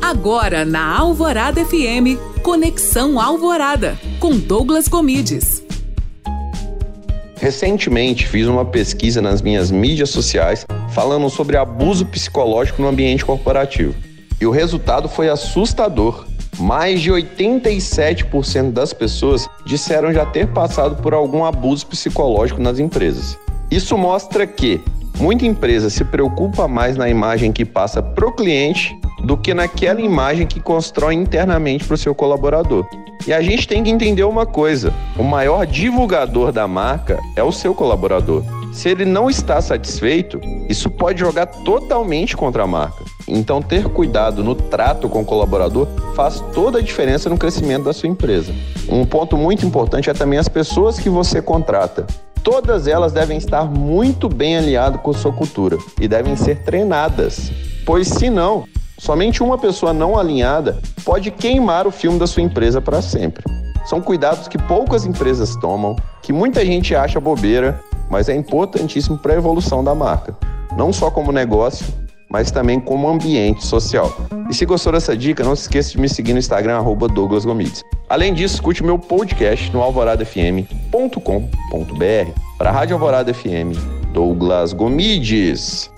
Agora na Alvorada FM, Conexão Alvorada, com Douglas Gomides. Recentemente fiz uma pesquisa nas minhas mídias sociais falando sobre abuso psicológico no ambiente corporativo. E o resultado foi assustador. Mais de 87% das pessoas disseram já ter passado por algum abuso psicológico nas empresas. Isso mostra que muita empresa se preocupa mais na imagem que passa para o cliente do que naquela imagem que constrói internamente para o seu colaborador. E a gente tem que entender uma coisa: o maior divulgador da marca é o seu colaborador. Se ele não está satisfeito, isso pode jogar totalmente contra a marca. Então, ter cuidado no trato com o colaborador faz toda a diferença no crescimento da sua empresa. Um ponto muito importante é também as pessoas que você contrata. Todas elas devem estar muito bem alinhadas com a sua cultura e devem ser treinadas, pois se não, somente uma pessoa não alinhada pode queimar o filme da sua empresa para sempre. São cuidados que poucas empresas tomam, que muita gente acha bobeira, mas é importantíssimo para a evolução da marca, não só como negócio, mas também como ambiente social. E se gostou dessa dica, não se esqueça de me seguir no Instagram, @DouglasGomides. Além disso, escute meu podcast no alvoradafm.com.br. Para a Rádio Alvorada FM, Douglas Gomides.